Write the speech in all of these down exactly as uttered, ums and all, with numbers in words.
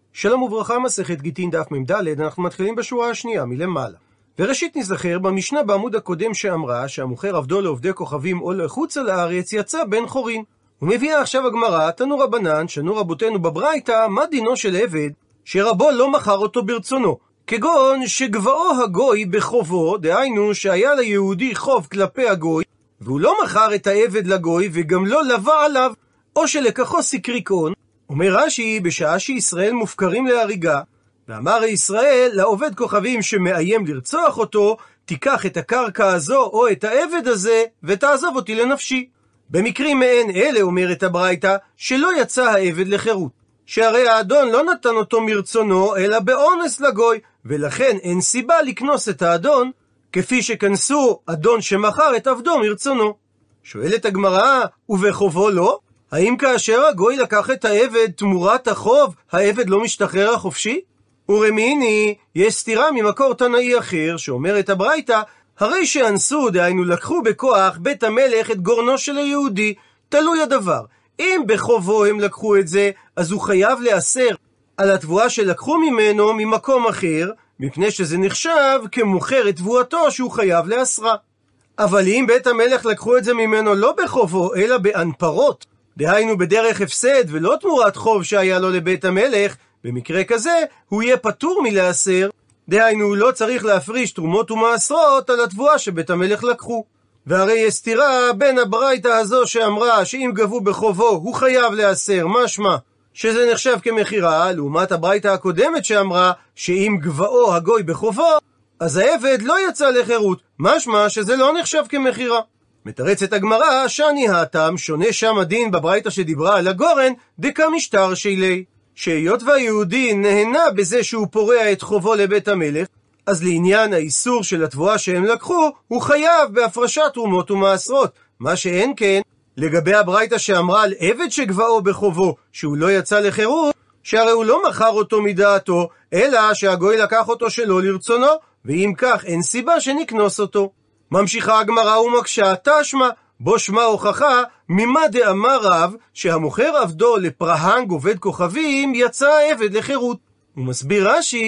שלום וברכה, מסכת גיטין דף מ"ד, אנחנו מתחילים בשורה השנייה מלמעלה. וראשית נזכר במשנה בעמוד הקודם שאמרה שהמוכר עבדו לעובדי כוכבים או לחוצה לארץ יצא בן חורין. ומביאה עכשיו הגמרא, תנו רבנן, שנו רבותינו בברייתא, מה דינו של עבד שרבו לא מכר אותו ברצונו, כגון שגבאו הגוי בחובו, דהיינו שהיה ליהודי חוב כלפי הגוי והוא לא מכר את העבד לגוי וגם לא לווה עליו, או שלקחו סיקריקון. אומר רש"י, בשעה שישראל מופקרים להריגה, ואמר ישראל לעובד כוכבים שמאיים לרצוח אותו, תיקח את הקרקע הזו או את העבד הזה ותעזוב אותי לנפשי. במקרים מעין אלה אומרת הברייתא שלא יצא העבד לחירות, שהרי האדון לא נתן אותו מרצונו אלא באונס לגוי, ולכן אין סיבה לקנוס את האדון כפי שכנסו אדון שמכר את עבדו מרצונו. שואלת הגמרא, ובחובו לא? האם כאשר הגוי לקח את העבד תמורת החוב, העבד לא משתחרר החופשי? ורמיני, יש סתירה ממקור תנאי אחר, שאומרת הברייתא, הרי שאנסו, דהיינו לקחו בכוח בית המלך את גורנו של היהודי, תלוי הדבר. אם בחובו הם לקחו את זה, אז הוא חייב לאסר על התבואה שלקחו ממנו ממקום אחר, מפני שזה נחשב כמוכר את תבואתו שהוא חייב לאסרה. אבל אם בית המלך לקחו את זה ממנו לא בחובו, אלא באנפרות, דהיינו בדרך הפסד ולא תמורת חוב שהיה לו לבית המלך, במקרה כזה הוא יהיה פטור מלאסר, דהיינו הוא לא צריך להפריש תרומות ומעשרות על התבואה שבית המלך לקחו. והרי יש סתירה בין הברייתא הזו שאמרה שאם גבו בחובו הוא חייב לאסר, משמע שזה נחשב כמחירה, לעומת הברייתא הקודמת שאמרה שאם גבאו הגוי בחובו אז העבד לא יצא לחירות, משמע שזה לא נחשב כמחירה. מתרצת הגמרא, שאני הטעם שונה שם הדין בברייתא שדיברה על הגורן, דקה משטר שילי, שהיות והיהודי נהנה בזה שהוא פורע את חובו לבית המלך, אז לעניין האיסור של התבואה שהם לקחו, הוא חייב בהפרשת תרומות ומעשרות, מה שאין כן לגבי הברייתא שאמרה על עבד שגבאו בחובו, שהוא לא יצא לחירות, שהרי הוא לא מכר אותו מדעתו, אלא שהגוי לקח אותו שלא לרצונו, ואם כך אין סיבה שנקנוס אותו. ממשיכה הגמרא ומקשה, תשמע, בו שמע הוכחה, ממה דאמר רב שהמוכר עבדו לפרהנג עובד כוכבים יצא העבד לחירות. הוא מסביר רש"י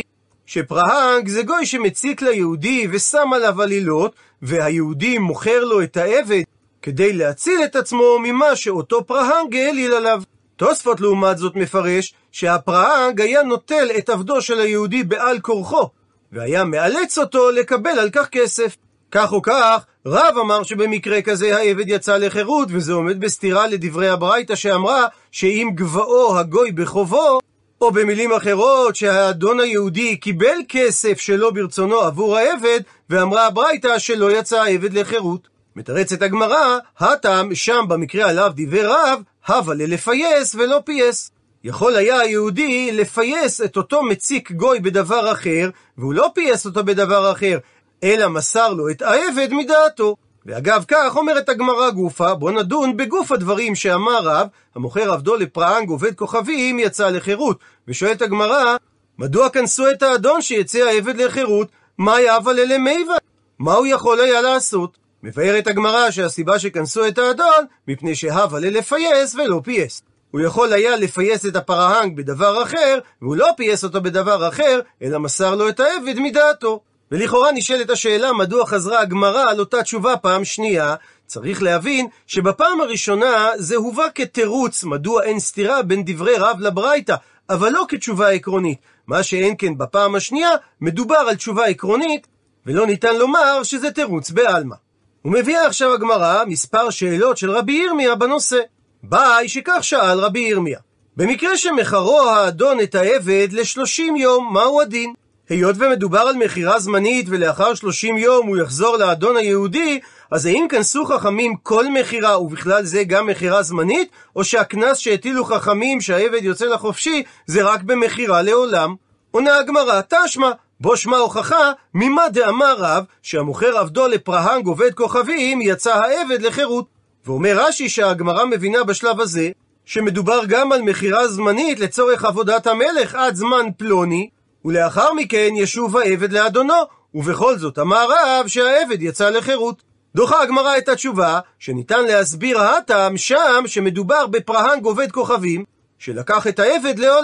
שפרהנג זה גוי שמציק ליהודי ושם עליו עלילות, והיהודי מוכר לו את העבד כדי להציל את עצמו ממה שאותו פרהנג העליל עליו. תוספות לעומת זאת מפרש שהפרהנג היה נוטל את עבדו של היהודי בעל כורחו, והיה מאלץ אותו לקבל על כך כסף. כך או כך, רב אמר שבמקרה כזה העבד יצא לחירות, וזה עומד בסתירה לדברי הברייתא שאמרה שאם גבאו הגוי בחובו, או במילים אחרות שהאדון היהודי קיבל כסף שלא ברצונו עבור העבד, ואמרה הברייתא שלא יצא העבד לחירות. מתרצת הגמרא, הטעם שם במקרה עליו דיבר רב, הווה ללפייס ולא פייס. יכול היה היהודי לפייס את אותו מציק גוי בדבר אחר, והוא לא פייס אותו בדבר אחר, אלא מסר לו את העבד מדעתו. ואגב כך אומרת הגמרא גופה, בוא נדון בגוף הדברים שאמר רב, המוכר עבדו לפרהנג עובד כוכבים יצא לחירות. ושואלת הגמרא, מדוע כנסו את האדון שיצא העבד לחירות? מה יאבה ללמיבה? מה הוא יכול היה לעשות? מבארת הגמרא שהסיבה שכנסו את האדון, מפני שהווה ללפייס ולא פייס. הוא יכול היה לפייס את הפרהנג בדבר אחר, והוא לא פייס אותו בדבר אחר, אלא מסר לו את העבד מדעתו. ולכאורה נשאלת השאלה מדוע חזרה הגמרא על אותה תשובה פעם שנייה. צריך להבין שבפעם הראשונה זה הובא כתירוץ מדוע אין סתירה בין דברי רב לברייתא, אבל לא כתשובה עקרונית. מה שאין כן בפעם השנייה מדובר על תשובה עקרונית, ולא ניתן לומר שזה תירוץ בעלמא. ומביאה עכשיו הגמרא מספר שאלות של רבי ירמיה בנושא. ביי שכך שאל רבי ירמיה, במקרה שמכרו האדון את העבד לשלושים יום, מהו הדין? היות ומדובר על מחירה זמנית ולאחר שלושים יום הוא יחזור לאדון היהודי, אז האם כנסו חכמים כל מחירה ובכלל זה גם מחירה זמנית, או שהכנס שהטילו חכמים שהעבד יוצא לחופשי זה רק במחירה לעולם? עונה הגמרא, תשמע, בו שמע הוכחה, ממה דאמר רב שהמוכר עבדו לפרהנג עובד כוכבים יצא העבד לחירות. ואומר רש"י שהגמרא מבינה בשלב הזה שמדובר גם על מחירה זמנית לצורך עבודת המלך עד זמן פלוני, ולאחר מכן ישוב העבד לאדונו, ובכל זאת אמר רב שהעבד יצא לחירות. דוחה הגמרא את התשובה שניתן להסביר הטעם שם שמדובר בפרהנג עובד כוכבים שלקח את העבד לעולם,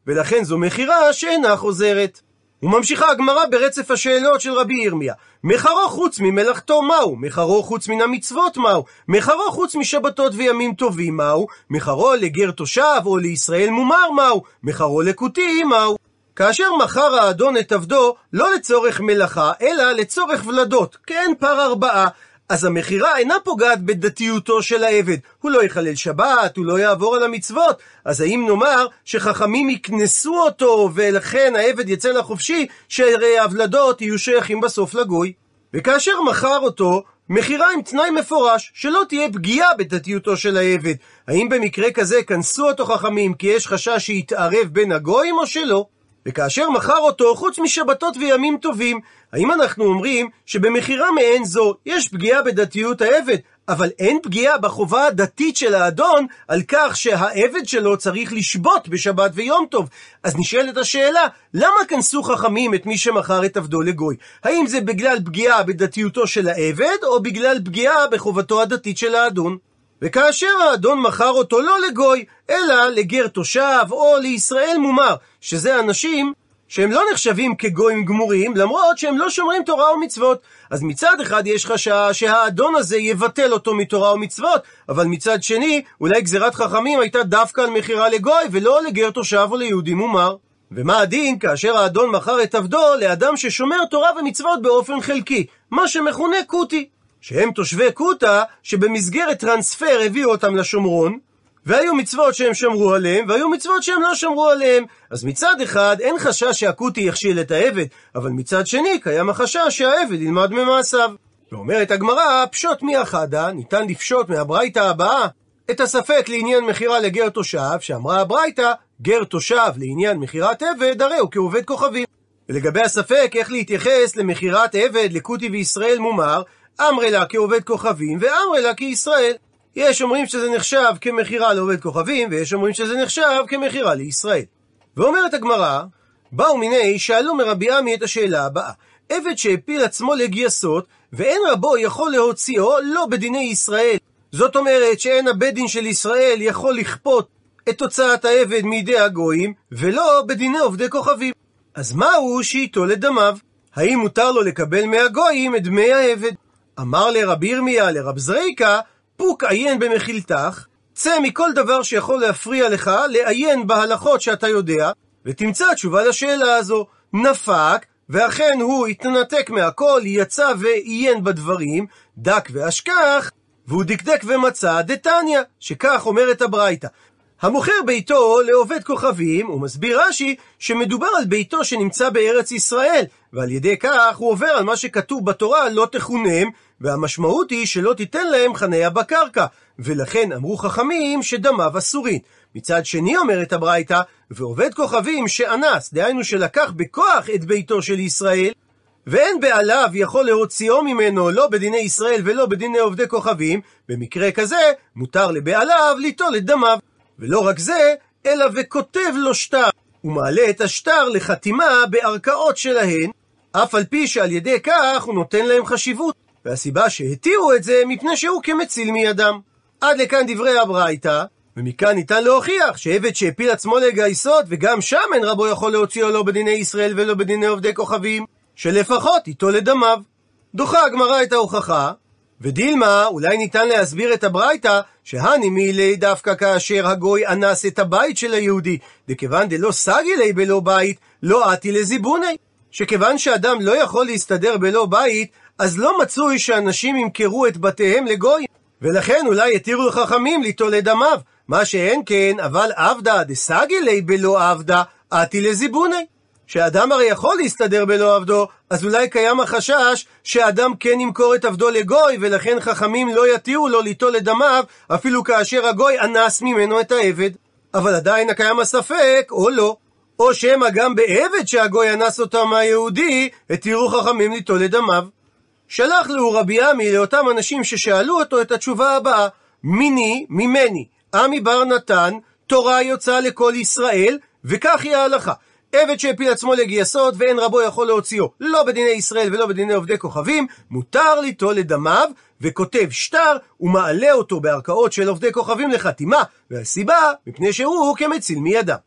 ולכן זו מכירה שאינה חוזרת. וממשיכה הגמרא ברצף השאלות של רבי ירמיה. מחרו חוץ ממלאכתו מהו? מחרו חוץ מן המצוות מהו? מחרו חוץ משבתות וימים טובים מהו? מחרו לגר תושב או לישראל מומר מהו? מחרו לכותי מהו? כאשר מכר האדון את עבדו לא לצורך מלאכה אלא לצורך ולדות, כן פר ארבעה, אז המכירה אינה פוגעת בדתיותו של העבד, הוא לא יחלל שבת, הוא לא יעבור על המצוות. אז האם נאמר שחכמים יקנסו אותו ולכן העבד יצא לחופשי, שהרי הוולדות יהיו שייכים בסוף לגוי? וכאשר מכר אותו, מכירה עם תנאי מפורש שלא תהיה פגיעה בדתיותו של העבד. האם במקרה כזה כנסו אותו חכמים כי יש חשש שיתערב בין הגויים או שלא? וכאשר מכר אותו חוץ משבתות וימים טובים, האם אנחנו אומרים שבמכירה מעין זו יש פגיעה בדתיות העבד, אבל אין פגיעה בחובה הדתית של האדון על כך שהעבד שלו צריך לשבות בשבת ויום טוב? אז נשאלת השאלה, למה כנסו חכמים את מי שמכר את עבדו לגוי? האם זה בגלל פגיעה בדתיותו של העבד או בגלל פגיעה בחובתו הדתית של האדון? וכאשר האדון מכר אותו לא לגוי, אלא לגר תושב או לישראל מומר, שזה אנשים שהם לא נחשבים כגויים גמורים, למרות שהם לא שומרים תורה ומצוות. אז מצד אחד יש חשש שהאדון הזה יבטל אותו מתורה ומצוות, אבל מצד שני, אולי גזירת חכמים הייתה דווקא על מכירה לגוי, ולא לגר תושב או ליהודי מומר. ומה הדין כאשר האדון מכר את עבדו לאדם ששומר תורה ומצוות באופן חלקי, מה שמכונה קוטי, שהם תושבי קוטה שבמסגרת טרנספר הביאו אותם לשומרון, והיו מצוות שהם שמרו עליהם, והיו מצוות שהם לא שמרו עליהם. אז מצד אחד אין חשש שהקוטי יכשיל את העבד, אבל מצד שני קיים החשש שהעבד ילמד ממעשיו. ואומרת הגמרא, פשוט מי אחדה, ניתן לפשוט מהברייתא הבאה את הספק לעניין מכירה לגר תושב, שאמרה הברייתא, גר תושב לעניין מכירת עבד, הרי הוא כעובד כוכבים. ולגבי הספק איך להתייחס למכירת עבד לקוטי וישראל מומר, אמרי לה כעובד כוכבים ואמרי לה כישראל. יש אומרים שזה נחשב כמכירה לעובד כוכבים, ויש אומרים שזה נחשב כמכירה לישראל. ואומרת הגמרא, באו מיני שאלו מרבי עמי את השאלה הבאה, עבד שהפיל עצמו לגייסות ואין רבו יכול להוציאו לא בדיני ישראל, זאת אומרת שאין הבית דין של ישראל יכול לכפות את תוצאת העבד מידי הגויים, ולא בדיני עובדי כוכבים. אז מהו שאיתו לדמיו? האם מותר לו לקבל מהגויים את דמי העבד? אמר לרבי ירמיה לרב זריקה, פוק עיין במחילתך, צא מכל דבר שיכול להפריע לך לעיין בהלכות שאתה יודע, ותמצא תשובה לשאלה הזו. נפק, ואכן הוא התנתק מהכל, יצא ועיין בדברים, דק ואשכח, והוא דקדק ומצא דתניא, שכך אומרת הברייתא. המוכר ביתו לעובד כוכבים, הוא מסביר רש"י שמדובר על ביתו שנמצא בארץ ישראל, ועל ידי כך הוא עובר על מה שכתוב בתורה לא תחונם, והמשמעות היא שלא תיתן להם חניה בקרקע, ולכן אמרו חכמים שדמיו אסורין. מצד שני אומרת הברייתא, ועובד כוכבים שאנס, דהיינו שלקח בכוח את ביתו של ישראל, ואין בעליו יכול להוציאו ממנו לא בדיני ישראל ולא בדיני עובדי כוכבים, במקרה כזה מותר לבעליו ליטול את דמיו. ולא רק זה, אלא וכותב לו שטר, הוא מעלה את השטר לחתימה בערכאות שלהן, אף על פי שעל ידי כך הוא נותן להם חשיבות, והסיבה שהתירו את זה מפני שהוא כמציל מידם. עד לכאן דברי הברייתא, ומכאן ניתן להוכיח שעבד שהפיל עצמו לגייסות וגם שם אין רבו יכול להוציאו לא בדיני ישראל ולא בדיני עובדי כוכבים, שלפחות ייטול את דמיו. דוחה הגמרא את ההוכחה, ודילמה אולי ניתן להסביר את הברייתא שהני מילי דווקא כאשר הגוי אנס את הבית של היהודי, דכיוון דלא סגי לי בלא בית לא עתי לזיבוני, שכיוון שאדם לא יכול להסתדר בלא בית, אז לא מצוי שאנשים ימכרו את בתיהם לגוי, ולכן אולי יתירו חכמים ליטול את דמיו. מה שאין כן, אבל עבדה דסגי לי בלא עבדה עתי לזיבוני, שאדם הרי יכול להסתדר בלא עבדו, אז אולי קיים החשש שאדם כן ימכור את עבדו לגוי, ולכן חכמים לא יתירו לו ליטול את דמיו, אפילו כאשר הגוי אנס ממנו את העבד. אבל עדיין הקיים הספק, או לא. או שמא גם בעבד שהגוי אנס אותם מהיהודי, התירו חכמים ליטול את דמיו. שלח לו רבי עמי לאותם אנשים ששאלו אותו את התשובה הבאה, מיני, ממני, עמי בר נתן, תורה יוצאה לכל ישראל, וכך היא ההלכה. עבד שהפיל עצמו לגייסות ואין רבו יכול להוציאו לא בדיני ישראל ולא בדיני עובדי כוכבים, מותר ליטול את דמיו, וכותב שטר ומעלה אותו בערכאות של עובדי כוכבים לחתימה, והסיבה מפני שהוא כמציל מידם.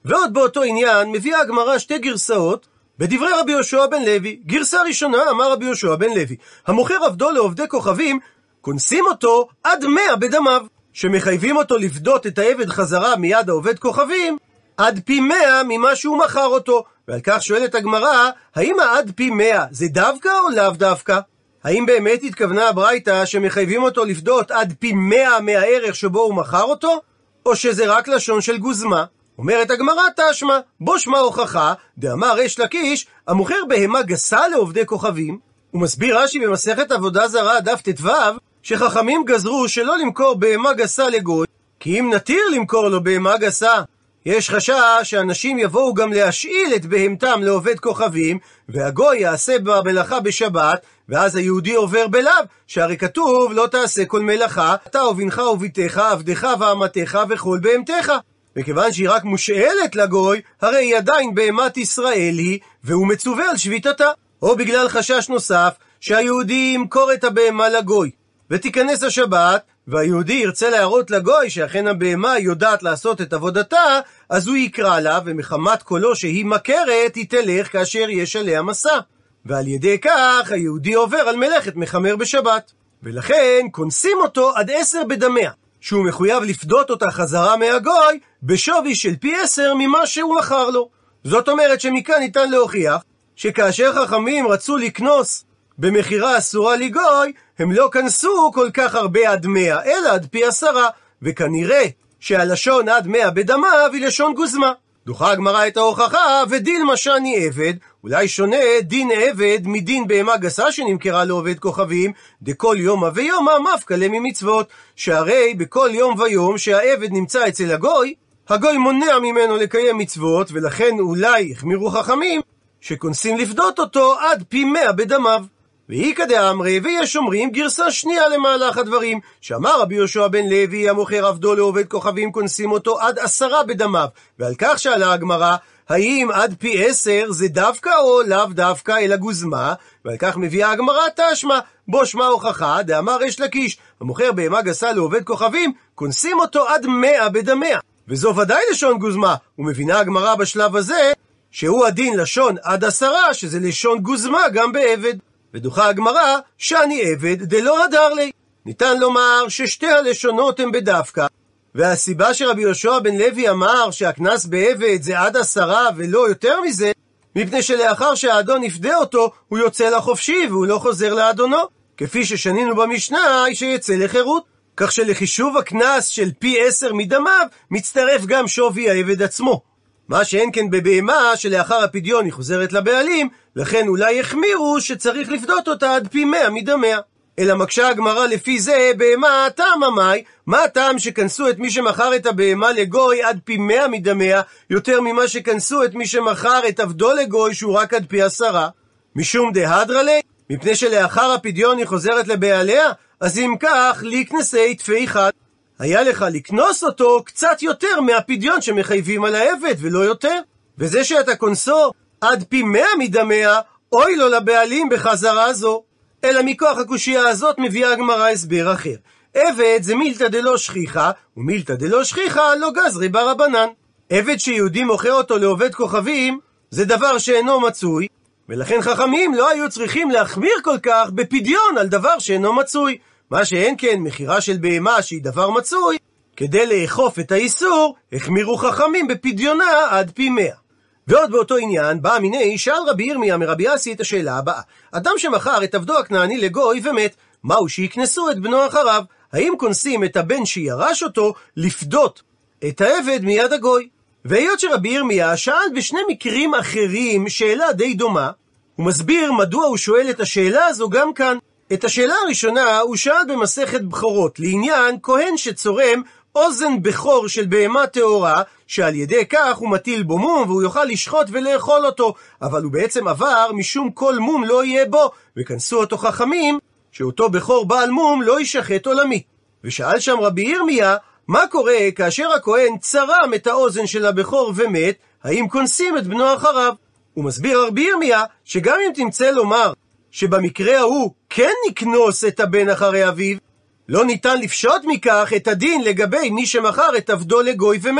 ועוד באותו עניין מביאה הגמרא שתי גרסאות בדברי רבי יהושע בן לוי. גרסה ראשונה, אמר רבי יהושע בן לוי, המוכר עבדו לעובדי כוכבים, כונסים אותו עד מאה בדמיו, שמחייבים אותו לפדות את העבד חזרה מיד העובד כוכבים עד פי מאה ממה שהוא מכר אותו. ועל כך שואלת הגמרא, האם העד פי מאה זה דווקא או לאו דווקא? האם באמת התכוונה הברייתא שמחייבים אותו לפדות עד פי מאה מהערך שבו הוא מכר אותו, או שזה רק לשון של גוזמה? אומרת הגמרא תשמע, בו שמע הוכחה, דאמר ריש לקיש, המוכר בהמה גסה לעובדי כוכבים. הוא מסביר רש"י במסכת עבודה זרה דף ט"ו, שחכמים גזרו שלא למכור בהמה גסה לגוי, כי אם נתיר למכור לו בהמה גסה, יש חשש שאנשים יבואו גם להשאיל את בהמתם לעובד כוכבים, והגוי יעשה במלאכה בשבת, ואז היהודי עובר בלאו, שהרי כתוב לא תעשה כל מלאכה, אתה ובנך וביתך, עבדך ואמתך וכל בהמתך. וכיוון שהיא רק מושאלת לגוי, הרי היא עדיין בהמת ישראל היא, והוא מצווה על שביתתה. או בגלל חשש נוסף, שהיהודי ימכור את הבהמה לגוי, ותיכנס השבת, והיהודי ירצה להראות לגוי שאכן הבהמה יודעת לעשות את עבודתה, אז הוא יקרא לה, ומחמת קולו שהיא מכרת, היא תלך כאשר יש עליה מסע. ועל ידי כך היהודי עובר על מלאכת מחמר בשבת. ולכן כונסים אותו עד עשר בדמיה, שהוא מחויב לפדות אותה חזרה מהגוי, בשווי של פי עשר ממה שהוא מכר לו. זאת אומרת שמכאן ניתן להוכיח, שכאשר חכמים רצו לקנוס במחירה אסורה לגוי, הם לא כנסו כל כך הרבה עד מאה, אלא עד פי עשרה, וכנראה שהלשון עד מאה בדמיו היא לשון גוזמה. דוחה הגמרא את ההוכחה, ודין משני עבד, אולי שונה דין עבד מדין בהמה גסה שנמכרה לעובד כוכבים, דכל יומה ויומה מפקלה ממצוות, שהרי בכל יום ויום שהעבד נמצא אצל הגוי, הגוי מונע ממנו לקיים מצוות, ולכן אולי החמירו חכמים שכונסים לפדות אותו עד פי מאה בדמיו. והיא כדאמרי, ויש אומרים גרסה שנייה למהלך הדברים, שאמר רבי יהושע בן לוי, המוכר עבדו לעובד כוכבים כונסים אותו עד עשרה בדמיו. ועל כך שאלה הגמרא, האם עד פי עשר זה דווקא או לאו דווקא אלא גוזמה? ועל כך מביאה הגמרא תשמע, בו שמע הוכחה, דאמר ריש לקיש, המוכר בהמה גסה לעובד כוכבים כונסים אותו עד מאה בדמיה, וזו ודאי לשון גוזמה. ומבינה הגמרא בשלב הזה שהוא הדין לשון עד עשרה, שזה לשון גוזמה גם בעבד. ודוחה הגמרא, שאני עבד דלא הדר לי. ניתן לומר ששתי הלשונות הן בדווקא, והסיבה שרבי יהושע בן לוי אמר שהקנס בעבד זה עד עשרה ולא יותר מזה, מפני שלאחר שהאדון יפדה אותו, הוא יוצא לחופשי והוא לא חוזר לאדונו, כפי ששנינו במשנה שיצא לחירות. כך שלחישוב הקנס של פי עשר מדמיו מצטרף גם שווי העבד עצמו. מה שאין כן בבהמה שלאחר הפדיון היא חוזרת לבעלים, לכן אולי החמירו שצריך לפדות אותה עד פי מאה מדמיה. אלא מקשה הגמרא לפי זה, בהמה טעם המאי, מה הטעם שכנסו את מי שמכר את הבהמה לגוי עד פי מאה מדמיה, יותר ממה שכנסו את מי שמכר את עבדו לגוי שהוא רק עד פי עשרה? משום דהדרא לי, מפני שלאחר הפדיון היא חוזרת לבעליה, אז אם כך, לקנסי תפי אחד. היה לך לקנוס אותו קצת יותר מהפדיון שמחייבים על העבד, ולא יותר. וזה שאתה קונסו עד פי מאה מדמיה, אוי לו לבעלים בחזרה זו. אלא מכוח הקושייה הזאת מביאה הגמרא הסבר אחר. עבד זה מילתא דלא שכיחה, ומילתא דלא שכיחה לא גזרי ברבנן. עבד שיהודי מוכר אותו לעובד כוכבים, זה דבר שאינו מצוי, ולכן חכמים לא היו צריכים להחמיר כל כך בפדיון על דבר שאינו מצוי. מה שאין כן מחירה של בהמה שהיא דבר מצוי, כדי לאכוף את האיסור, החמירו חכמים בפדיונה עד פי מאה. ועוד באותו עניין, בא מיני, שאל רבי ירמיה מרבי אסי את השאלה הבאה. אדם שמכר את עבדו הכנעני לגוי ומת, מהו שיקנסו את בנו אחריו? האם כונסים את הבן שירש אותו לפדות את העבד מיד הגוי? והיות שרבי ירמיה שאל בשני מקרים אחרים שאלה די דומה, הוא מסביר מדוע הוא שואל את השאלה הזו גם כאן. את השאלה הראשונה הוא שאל במסכת בכורות, לעניין כהן שצורם אוזן בכור של בהמה טהורה, שעל ידי כך הוא מטיל בו מום והוא יוכל לשחוט ולאכול אותו, אבל הוא בעצם עבר משום כל מום לא יהיה בו, וכנסו אותו חכמים שאותו בכור בעל מום לא ישחט עולמי. ושאל שם רבי ירמיה, מה קורה כאשר הכהן צרם את האוזן של הבכור ומת, האם כונסים את בנו אחריו? הוא מסביר רבי ירמיה שגם אם תמצא לומר שבמקרה ההוא כן נקנוס את הבן אחרי אביו, לא ניתן לפשוט מכך את הדין לגבי מי שמכר את עבדו לגוי ומת.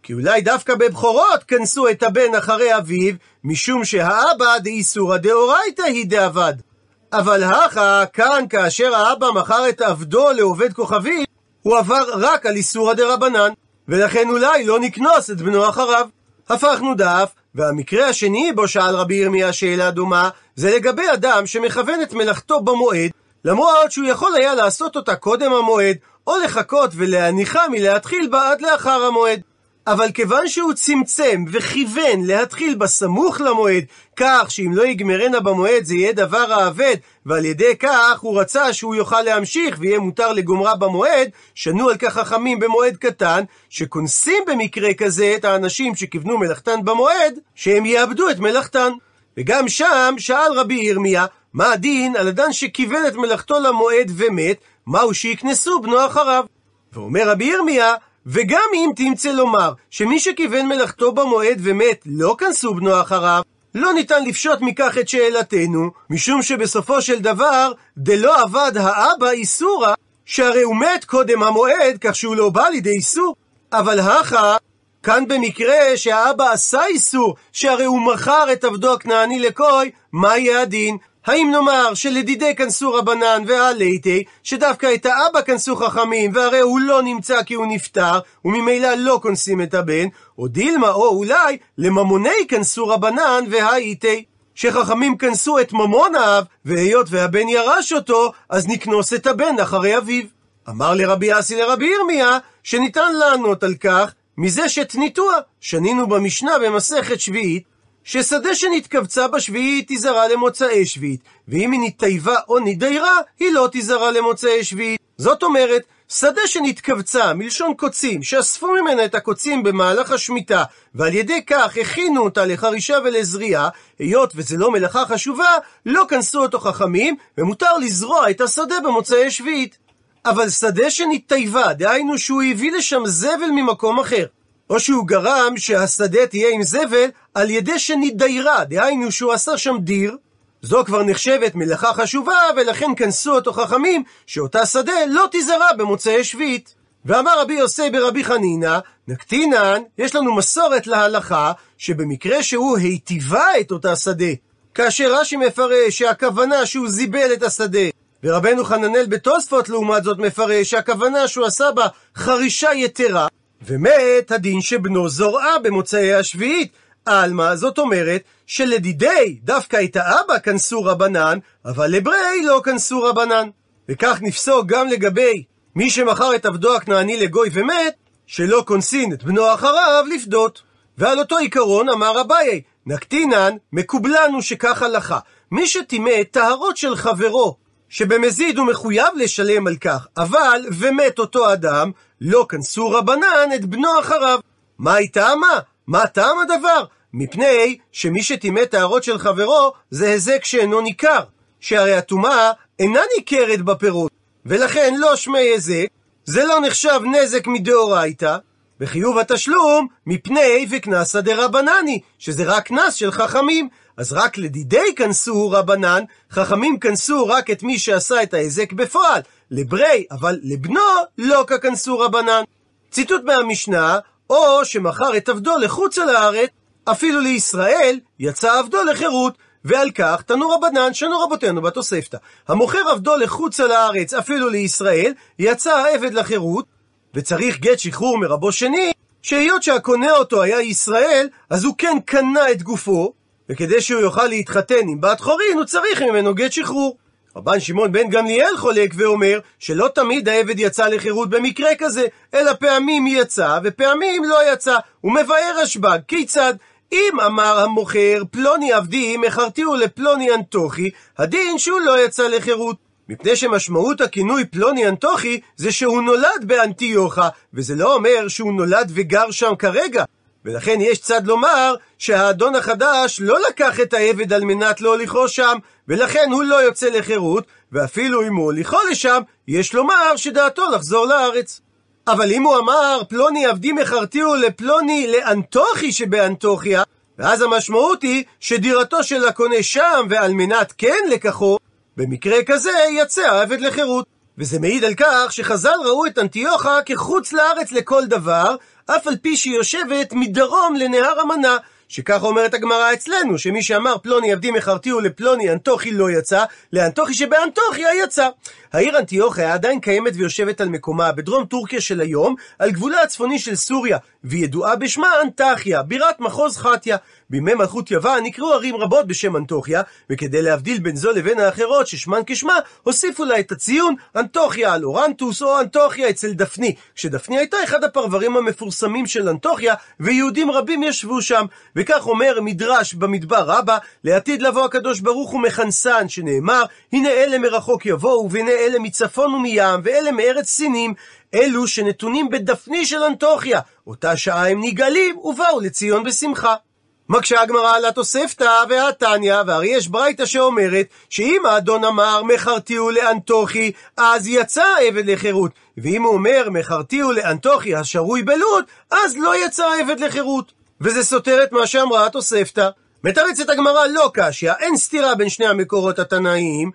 כי אולי דווקא בבכורות כנסו את הבן אחרי אביו, משום שהאבא דאיסורא דאורייתא היא דאבד. אבל הכה, כאן כאשר האבא מכר את עבדו לעובד כוכבים, הוא עבר רק על איסורא דרבנן, ולכן אולי לא נקנוס את בנו אחריו. הפכנו דף, והמקרה השני בו שאל רבי ירמיה שאלה דומה, זה לגבי אדם שמכוון את מלאכתו במועד, למרות שהוא יכול היה לעשות אותה קודם המועד, או לחכות ולהניחה מלהתחיל בה עד לאחר המועד. אבל כיוון שהוא צמצם וכיוון להתחיל בסמוך למועד, כך שאם לא יגמרנה במועד זה יהיה דבר האבד, ועל ידי כך הוא רצה שהוא יוכל להמשיך ויהיה מותר לגומרה במועד, שנו על כך חכמים במועד קטן, שכונסים במקרה כזה את האנשים שכיוונו מלאכתן במועד, שהם יאבדו את מלאכתן. וגם שם שאל רבי ירמיה, מה הדין על אדם שכיוון את מלאכתו למועד ומת, מהו שיקנסו בנו אחריו? ואומר רבי ירמיה, וגם אם תמצא לומר שמי שכיוון מלאכתו במועד ומת לא כנסו בנו אחריו, לא ניתן לפשוט מכך את שאלתנו, משום שבסופו של דבר דלא עבד האבא איסורא, שהרי הוא מת קודם המועד, כך שהוא לא בא לידי איסור. אבל הכה, כאן במקרה שהאבא עשה איסור, שהרי הוא מכר את עבדו הכנעני לקוי, מה יהיה הדין? האם נאמר שלדידי כנסו רבנן ועליתי, שדווקא את האבא כנסו חכמים, והרי הוא לא נמצא כי הוא נפטר, וממילא לא כונסים את הבן, או דילמה, או אולי לממוני כנסו רבנן והייתי, שחכמים כנסו את ממון האב, והיות והבן ירש אותו, אז נקנוס את הבן אחרי אביו. אמר לרבי אסי לרבי ירמיה, שניתן לענות על כך, מזה שתניתוה, שנינו במשנה במסכת שביעית, ששדה שנתכווצה בשביעית תיזרע למוצאי שביעית, ואם היא נתייבה או נדיירה, היא לא תיזרע למוצאי שביעית. זאת אומרת, שדה שנתכווצה מלשון קוצים, שאספו ממנה את הקוצים במהלך השמיטה, ועל ידי כך הכינו אותה לחרישה ולזריעה, היות וזה לא מלאכה חשובה, לא כנסו אותו חכמים, ומותר לזרוע את השדה במוצאי שביעית. אבל שדה שנתייבה, דהיינו שהוא הביא לשם זבל ממקום אחר, או שהוא גרם שהשדה תהיה עם זבל על ידי שנדיירה, דהיינו שהוא עשה שם דיר, זו כבר נחשבת מלאכה חשובה, ולכן כנסו אותו חכמים שאותה שדה לא תיזרע במוצאי שביעית. ואמר רבי יוסי ברבי חנינא, נקטינן, יש לנו מסורת להלכה, שבמקרה שהוא היטיבה את אותה שדה, כאשר רש"י מפרש שהכוונה שהוא זיבל את השדה, ורבנו חננאל בתוספות לעומת זאת מפרש שהכוונה שהוא עשה בה חרישה יתרה, ומת הדין שבנו זורעה במוצאי השביעית. אלמה, זאת אומרת שלדידי דווקא את האבא כנסו רבנן, אבל לברי לא כנסו רבנן. וכך נפסוק גם לגבי מי שמכר את עבדו הכנעני לגוי ומת, שלא כונסין את בנו אחריו לפדות. ועל אותו עיקרון אמר אביי, נקטינן, מקובלנו שכך הלכה, מי שטימא טהרות של חברו, שבמזיד הוא מחויב לשלם על כך, אבל ומת אותו אדם, לא כנסו רבנן את בנו אחריו. מה היא טעמה? מה טעם הדבר? מפני שמי שטימא טהרות של חברו זה היזק שאינו ניכר, שהרי הטומאה אינה ניכרת בפירות, ולכן לא שמי היזק, זה לא נחשב נזק מדאורייתא, בחיוב התשלום מפני וקנסא דרבנני, שזה רק קנס של חכמים. אז רק לדידי כנסו רבנן, חכמים כנסו רק את מי שעשה את ההיזק בפועל, לברי, אבל לבנו לא ככנסו רבנן. ציטוט מהמשנה, או שמכר את עבדו לחוץ על הארץ, אפילו לישראל יצא עבדו לחירות, ועל כך תנו רבנן שנו רבותינו בתוספתא. המוכר עבדו לחוץ על הארץ אפילו לישראל, יצא העבד לחירות, וצריך גט שחרור מרבו שני, שהיות שהקונה אותו היה ישראל, אז הוא כן קנה את גופו, וכדי שהוא יוכל להתחתן עם בת חורין, הוא צריך ממנו גט שחרור. רבן שמעון בן גמליאל חולק ואומר שלא תמיד העבד יצא לחירות במקרה כזה, אלא פעמים יצא ופעמים לא יצא. הוא מבאר רשב"ג כיצד? אם אמר המוכר פלוני עבדי מכרתיהו לפלוני אנטוכי, הדין שהוא לא יצא לחירות, מפני שמשמעות הכינוי פלוני אנטוכי זה שהוא נולד באנטיוכה, וזה לא אומר שהוא נולד וגר שם כרגע. ולכן יש צד לומר שהאדון החדש לא לקח את העבד על מנת להוליכו שם, ולכן הוא לא יוצא לחירות, ואפילו אם הוא הוליכו לשם, יש לומר שדעתו לחזור לארץ. אבל אם הוא אמר פלוני עבדי מכרתיהו לפלוני לאנטוכי שבאנטוכיה, ואז המשמעות היא שדירתו של הקונה שם, ועל מנת כן לקחו, במקרה כזה יצא העבד לחירות. וזה מעיד על כך שחז"ל ראו את אנטיוכה כחוץ לארץ לכל דבר, אף על פי שהיא יושבת מדרום לנהר המנה, שכך אומרת הגמרא אצלנו, שמי שאמר פלוני עבדי מכרתיהו לפלוני אנטוכי לא יצא, לאנטוכי שבאנטוכיה יצא. העיר אנטיוכיה עדיין קיימת ויושבת על מקומה בדרום טורקיה של היום, על גבולה הצפוני של סוריה, וידועה בשמה אנטכיה, בירת מחוז חתיה. בימי מלכות יוון נקראו ערים רבות בשם אנטוכיה, וכדי להבדיל בין זו לבין האחרות ששמן כשמה, הוסיפו לה את הציון אנטוכיה על אורנטוס או אנטוכיה אצל דפני, כשדפני הייתה אחד הפרברים המפורסמים של אנטוכיה, ויהודים רבים ישבו שם. וכך אומר מדרש במדבר רבה, לעתיד לבוא הקדוש ברוך הוא מחנסן, שנאמר, הנה אלה מרחוק יבואו, והנה אלה מצפון ומים, ואלה מארץ סינים, אלו שנתונים בדפני של אנטוכיה. אותה שעה הם נגאלים ובאו לציון בשמחה. מקשה הגמרא על התוספתא והתניא, והרי יש ברייתא שאומרת שאם האדון אמר מכרתיהו לאנטוכי, אז יצא העבד לחירות, ואם הוא אומר מכרתיהו לאנטוכי השרוי בלוד, אז לא יצא העבד לחירות. וזה סותר את מה שאמרה התוספתא. מתרצת הגמרא לא קשיא, אין סתירה בין שני המקורות התנאיים.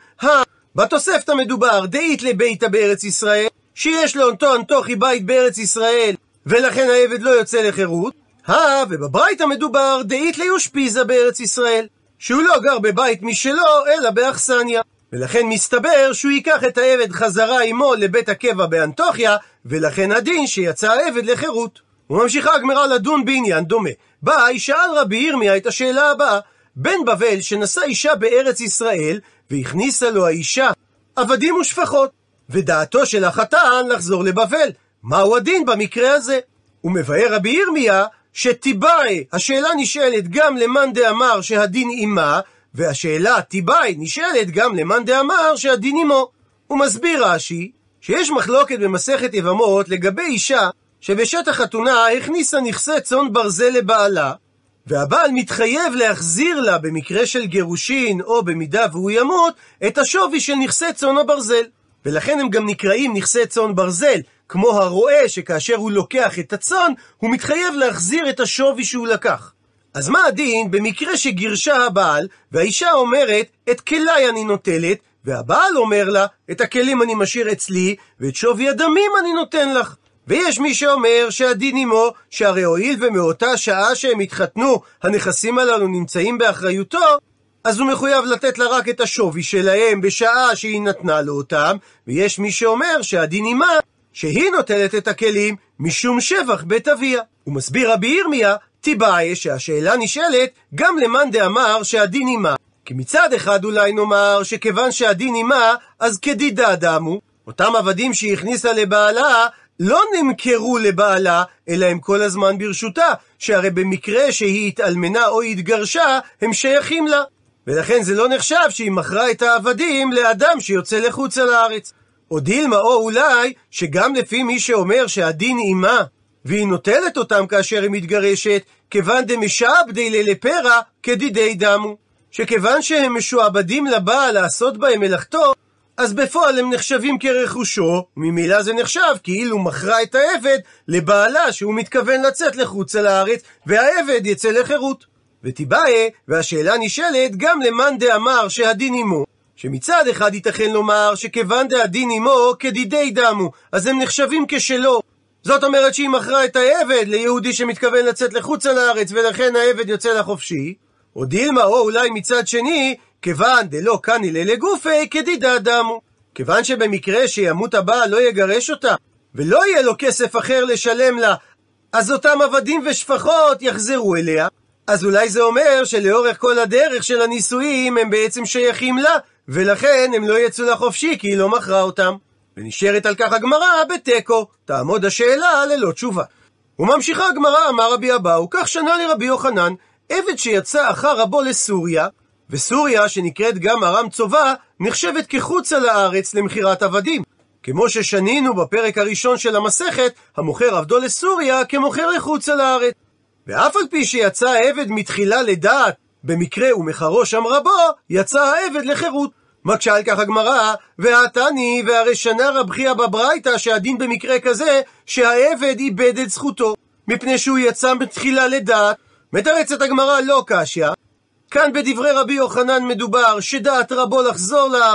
בתוספתא מדובר דאית לביתא בארץ ישראל, שיש לאותו אנטוכי בית בארץ ישראל, ולכן העבד לא יוצא לחירות. אה, ובברייתא מדובר דאית ליושפיזה בארץ ישראל, שהוא לא גר בבית משלו, אלא באכסניה. ולכן מסתבר שהוא ייקח את העבד חזרה עמו לבית הקבע באנטוכיה, ולכן הדין שיצא העבד לחירות. וממשיכה הגמרא לדון בעניין דומה. בא, ישאל רבי ירמיה את השאלה הבאה, בן בבל שנשא אישה בארץ ישראל, והכניסה לו האישה עבדים ושפחות, ודעתו של החתן לחזור לבבל, מהו הדין במקרה הזה? ומבאר רבי ירמיה שתיבאי, השאלה נשאלת גם למאן דאמר שהדין עמה, והשאלה תיבאי נשאלת גם למאן דאמר שהדין עמו. הוא מסביר רש"י שיש מחלוקת במסכת יבמות לגבי אישה שבשעת החתונה הכניסה נכסי צאן ברזל לבעלה, והבעל מתחייב להחזיר לה במקרה של גירושין או במידה והוא ימות את השווי של נכסי צאן הברזל, ולכן הם גם נקראים נכסי צאן ברזל, כמו הרועה שכאשר הוא לוקח את הצאן הוא מתחייב להחזיר את השווי שהוא לקח. אז מה הדין במקרה שגירשה הבעל והאישה אומרת את כלי אני נוטלת, והבעל אומר לה את הכלים אני משאיר אצלי ואת שווי הדמים אני נותן לך? ויש מי שאומר שהדין עמו, שהרי הואיל ומאותה שעה שהם התחתנו הנכסים הללו נמצאים באחריותו, אז הוא מחויב לתת לה רק את השווי שלהם בשעה שהיא נתנה לו אותם. ויש מי שאומר שהדין עמה, שהיא נוטלת את הכלים משום שבח בית אביה. הוא מסביר רבי ירמיה תיבאי שהשאלה נשאלת גם למאן דאמר שהדין עמה, כי מצד אחד אולי נאמר שכיוון שהדין עמה אז כדידה דמו, אותם עבדים שהיא הכניסה לבעלה לא נמכרו לבעלה, אלא הם כל הזמן ברשותה, שהרי במקרה שהיא התאלמנה או התגרשה, הם שייכים לה. ולכן זה לא נחשב שהיא מכרה את העבדים לאדם שיוצא לחוץ על הארץ. או דילמה או אולי, שגם לפי מי שאומר שהדין עמה, והיא נוטלת אותם כאשר היא מתגרשת, כיוון דמשעבדי ללפרע כדידי דמו, שכיוון שהם משועבדים לבעל לעשות בהם מלאכתו, אז בפועל הם נחשבים כרכושו, וממילא זה נחשב כאילו מכרה את העבד לבעלה שהוא מתכוון לצאת לחוץ על הארץ, והעבד יצא לחירות. ותיבאי, והשאלה נשאלת גם למאן דאמר שהדין עמו, שמצד אחד ייתכן לומר שכיוון דהדין עמו כדידי דמו, אז הם נחשבים כשלו. זאת אומרת שהיא מכרה את העבד ליהודי שמתכוון לצאת לחוץ על הארץ, ולכן העבד יוצא לחופשי. או דילמה או אולי מצד שני, כיוון דלא קני לגופי כדידה דמו, כיוון שבמקרה שימות הבעל לא יגרש אותה ולא יהיה לו כסף אחר לשלם לה, אז אותם עבדים ושפחות יחזרו אליה. אז אולי זה אומר שלאורך כל הדרך של הנישואים הם בעצם שייכים לה, ולכן הם לא יצאו לחופשי כי היא לא מכרה אותם. ונשארת על כך הגמרא בתיקו, תעמוד השאלה ללא תשובה. וממשיכה הגמרא, אמר רבי אבאו, כך שנה לרבי יוחנן, עבד שיצא אחר רבו לסוריה, וסוריה שנקראת גם ארם צובה נחשבת כחוץ על הארץ למכירת עבדים, כמו ששנינו בפרק הראשון של המסכת, המוכר עבדו לסוריה כמוכר לחוץ על הארץ. ואף על פי שיצא העבד מתחילה לדעת במקרה ומחרו שם רבו, יצא העבד לחירות. מקשה על כך הגמרא, והתני והרי שנה רב חייא בברייתא שהדין במקרה כזה שהעבד איבד את זכותו מפני שהוא יצא מתחילה לדעת. מתרצת הגמרא לא קשיא, כאן בדברי רבי יוחנן מדובר שדעת רבו לחזור לארץ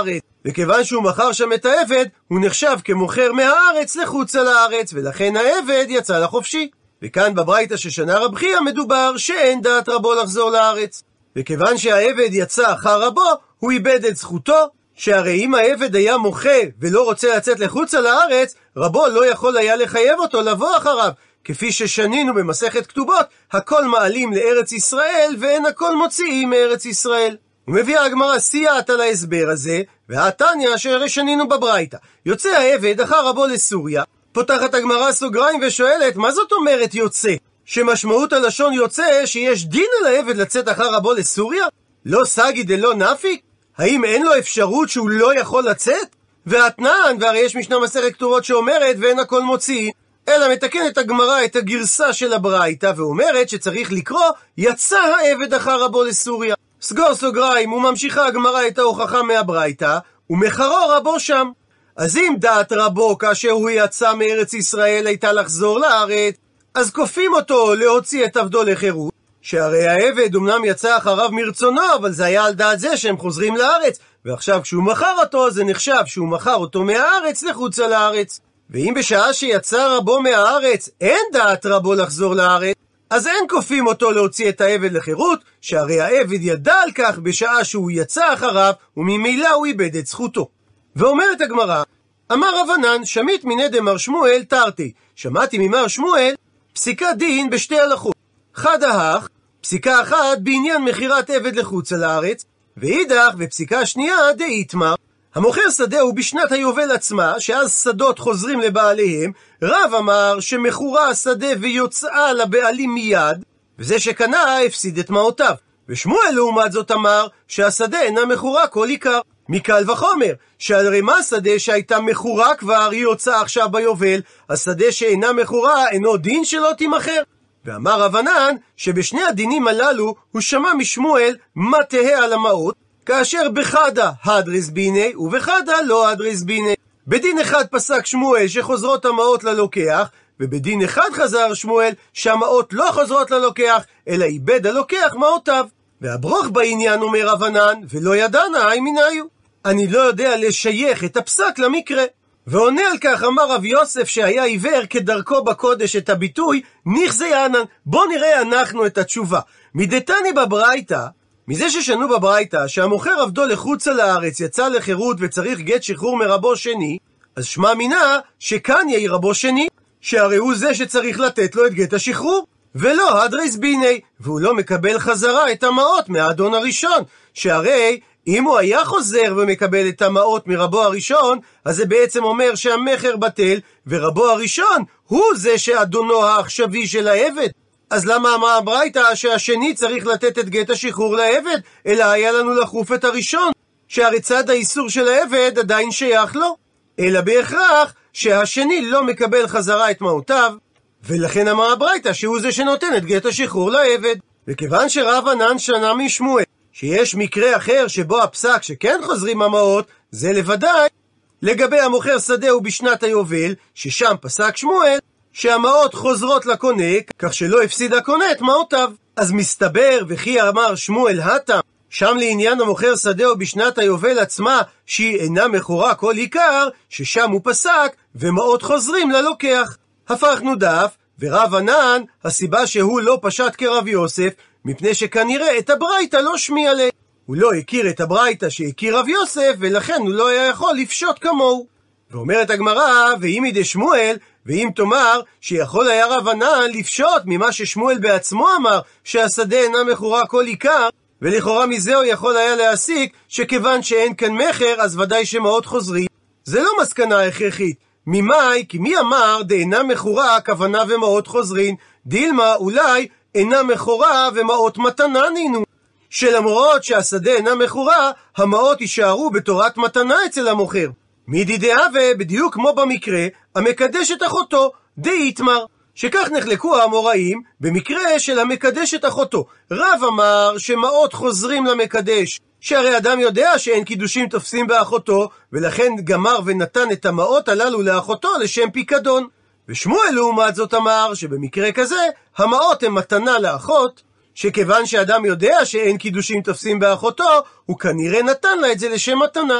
וכיוון שהוא מכר שם את העבד, הוא נחשב כמוכר מהארץ לחוץ על הארץ, ולכן העבד יצא לחופשי. וכאן בברייתא ששנה רב חייא מדובר שאין דעת רבו לחזור לארץ. וכיוון שהעבד יצא אחר רבו, הוא איבד את זכותו, שהרי אם העבד היה מוחה ולא רוצה לצאת לחוץ על הארץ, רבו לא יכול היה לחייב אותו לבוא אחריו, כפי ששנינו במסכת כתובות, הכל מעלים לארץ ישראל ואין הכל מוציאים מארץ ישראל. ומביאה הגמרא סייעת על ההסבר הזה, והתניא אשר שנינו בברייתא. יוצא העבד אחר רבו לסוריה, פותחת הגמרא סוגריים ושואלת, מה זאת אומרת יוצא? שמשמעות הלשון יוצא שיש דין על העבד לצאת אחר רבו לסוריה? לא סגי דלא נפיק? האם אין לו אפשרות שהוא לא יכול לצאת? והתנן, והרי יש משנה מסכת כתובות שאומרת ואין הכל מוציא, אלא מתקנת הגמרא את הגרסה של הברייתא ואומרת שצריך לקרוא יצא העבד אחר רבו לסוריה. סגור סוגריים, וממשיכה הגמרא את ההוכחה מהברייתא, ומחרו רבו שם. אז אם דעת רבו כאשר הוא יצא מארץ ישראל הייתה לחזור לארץ, אז כופים אותו להוציא את עבדו לחירות, שהרי העבד אמנם יצא אחריו מרצונו, אבל זה היה על דעת זה שהם חוזרים לארץ, ועכשיו כשהוא מכר אותו זה נחשב שהוא מכר אותו מהארץ לחוץ על הארץ. ואם בשעה שיצא רבו מהארץ אין דעת רבו לחזור לארץ, אז אין כופים אותו להוציא את העבד לחירות, שהרי העבד ידע על כך בשעה שהוא יצא אחריו, וממילא הוא איבד את זכותו. ואומרת הגמרא, אמר רב ענן, שמית מיניה דמר שמואל תרתי, שמעתי ממר שמואל פסיקת דין בשתי הלכות. חד ההך, פסיקה אחת בעניין מחירת עבד לחוץ על הארץ, ואידך בפסיקה שנייה דאיתמר, המוכר שדה הוא בשנת היובל עצמה, שאז שדות חוזרים לבעליהם. רב אמר שמכורה השדה ויוצאה לבעלים מיד, וזה שקנה הפסיד את מעותיו. ושמואל לעומת זאת אמר שהשדה אינה מכורה כל עיקר. מקל וחומר, שהרי מה השדה שהייתה מכורה כבר היא יוצאה עכשיו ביובל, השדה שאינה מכורה אינו דין שלא תימכר. ואמר רב ענן שבשני הדינים הללו הוא שמע משמואל מה תהה על המעות, כאשר בחדה הדרס ביני ובחדה לא הדרס ביני. בדין אחד פסק שמואל שחוזרות המעות ללוקח, ובדין אחד חזר שמואל שהמעות לא חוזרות ללוקח, אלא איבד הלוקח מעותיו. והברוך בעניין אומר רב ענן, ולא ידענה אי מניו. אני לא יודע לשייך את הפסק למקרה. ועונה על כך אמר רב יוסף שהיה עיוור כדרכו בקודש את הביטוי נכזה יענן. בוא נראה אנחנו את התשובה. מדתני בברייתא, מזה ששנו בברייתא שהמוכר עבדו לחוץ על הארץ יצא לחירות וצריך גט שחרור מרבו שני, אז שמע מינה שכאן יהי רבו שני, שהרי הוא זה שצריך לתת לו את גט השחרור, ולא הדרס ביני, והוא לא מקבל חזרה את המעות מהאדון הראשון, שהרי אם הוא היה חוזר ומקבל את המעות מרבו הראשון, אז זה בעצם אומר שהמחר בטל, ורבו הראשון הוא זה שאדונו העכשווי של העבד. אז למה אמרה הברייתא שהשני צריך לתת את גט השחרור לעבד, אלא היה לנו לחוף את הראשון, שהרי צד האיסור של העבד עדיין שייך לו, אלא בהכרח שהשני לא מקבל חזרה את מעותיו, ולכן אמרה הברייתא שהוא זה שנותן את גט השחרור לעבד. וכיוון שרב ענן שנה משמואל שיש מקרה אחר שבו הפסק שכן חוזרים המעות, זה לוודאי לגבי המוכר שדה ובשנת היובל, ששם פסק שמואל שהמעות חוזרות לקונה, כך שלא הפסיד הקונה את מעותיו. אז מסתבר וכי אמר שמואל התם, שם לעניין המוכר שדה ובשנת היובל עצמה, שהיא אינה מכורה כל עיקר, ששם הוא פסק ומעות חוזרים ללוקח. הפכנו דף, ורב ענן, הסיבה שהוא לא פשט כרב יוסף, מפני שכנראה את הברייתא לא שמיע לה. הוא לא הכיר את הברייתא שהכיר רב יוסף, ולכן הוא לא היה יכול לפשוט כמוהו. ואומרת הגמרא, ואם ידי שמואל, ואם תאמר שיכול היה רב ענן לפשוט ממה ששמואל בעצמו אמר, שהשדה אינה מכורה כל עיקר, ולכאורה מזה הוא יכול היה להסיק שכיוון שאין כאן מחר, אז ודאי שמעות חוזרים. זה לא מסקנה הכרחית. ממאי, כי מי אמר דאינה מכורה הכוונה ומעות חוזרים, דילמה אולי אינה מכורה ומעות מתנה נינו, שלמרות שהשדה אינה מכורה, המעות יישארו בתורת מתנה אצל המוכר. מידי דאבה, בדיוק כמו במקרה המקדש את אחותו דאיתמר, שכך נחלקו האמוראים במקרה של המקדש את אחותו. רב אמר שמעות חוזרים למקדש, שהרי אדם יודע שאין קידושים תופסים באחותו, ולכן גמר ונתן את המעות הללו לאחותו לשם פיקדון. ושמואל לעומת זאת אמר שבמקרה כזה המעות הן מתנה לאחות, שכיוון שאדם יודע שאין קידושים תופסים באחותו, הוא כנראה נתן לה את זה לשם מתנה.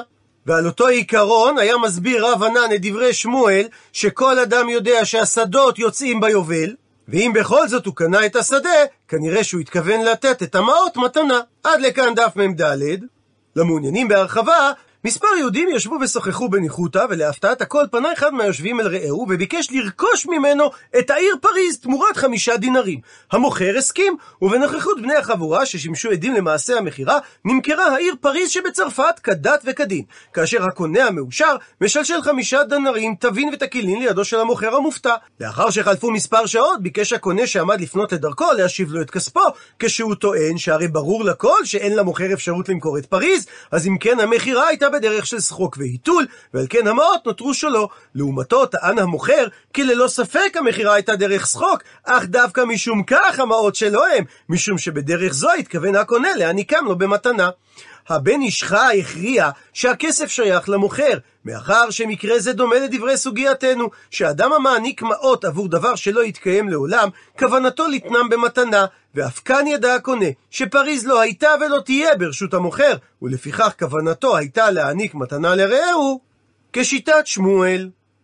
ועל אותו עיקרון היה מסביר רב ענן את דברי שמואל, שכל אדם יודע שהשדות יוצאים ביובל, ואם בכל זאת הוא קנה את השדה, כנראה שהוא התכוון לתת את המעות מתנה. עד לכאן דף מ"ד. למעוניינים בהרחבה, מספר יהודים ישבו ושוחחו בניחותא, ולהפתעת הכל פנה אחד מהיושבים אל רעהו וביקש לרכוש ממנו את העיר פריז תמורת חמישה דינרים. המוכר הסכים, ובנוכחות בני החבורה ששימשו עדים למעשה המכירה, נמכרה העיר פריז שבצרפת כדת וכדין, כאשר הקונה המאושר משלשל חמישה דינרים תבין ותקילין לידו של המוכר המופתע. לאחר שחלפו מספר שעות ביקש הקונה שעמד לפנות לדרכו להשיב לו את כספו, כשהוא טוען שהרי ברור לכל שאין למוכר אפשרות למכור את פריז, אז אם כן המכירה הייתה בדרך של שחוק והיטול, ועל כן המעות נותרו שלו. לעומתו טען המוכר כי ללא ספק המכירה הייתה דרך שחוק, אך דווקא משום כך המעות שלו הם, משום שבדרך זו התכוון הקונה להעניקם לו במתנה. הבן איש חי הכריע שהכסף שייך למוכר, מאחר שמקרה זה דומה לדברי סוגייתנו, שאדם המעניק מעות עבור דבר שלא יתקיים לעולם, כוונתו לתנם במתנה, ואף כאן ידע הקונה שפריז לא הייתה ולא תהיה ברשות המוכר, ולפיכך כוונתו הייתה להעניק מתנה לרעהו, כשיטת שמואל.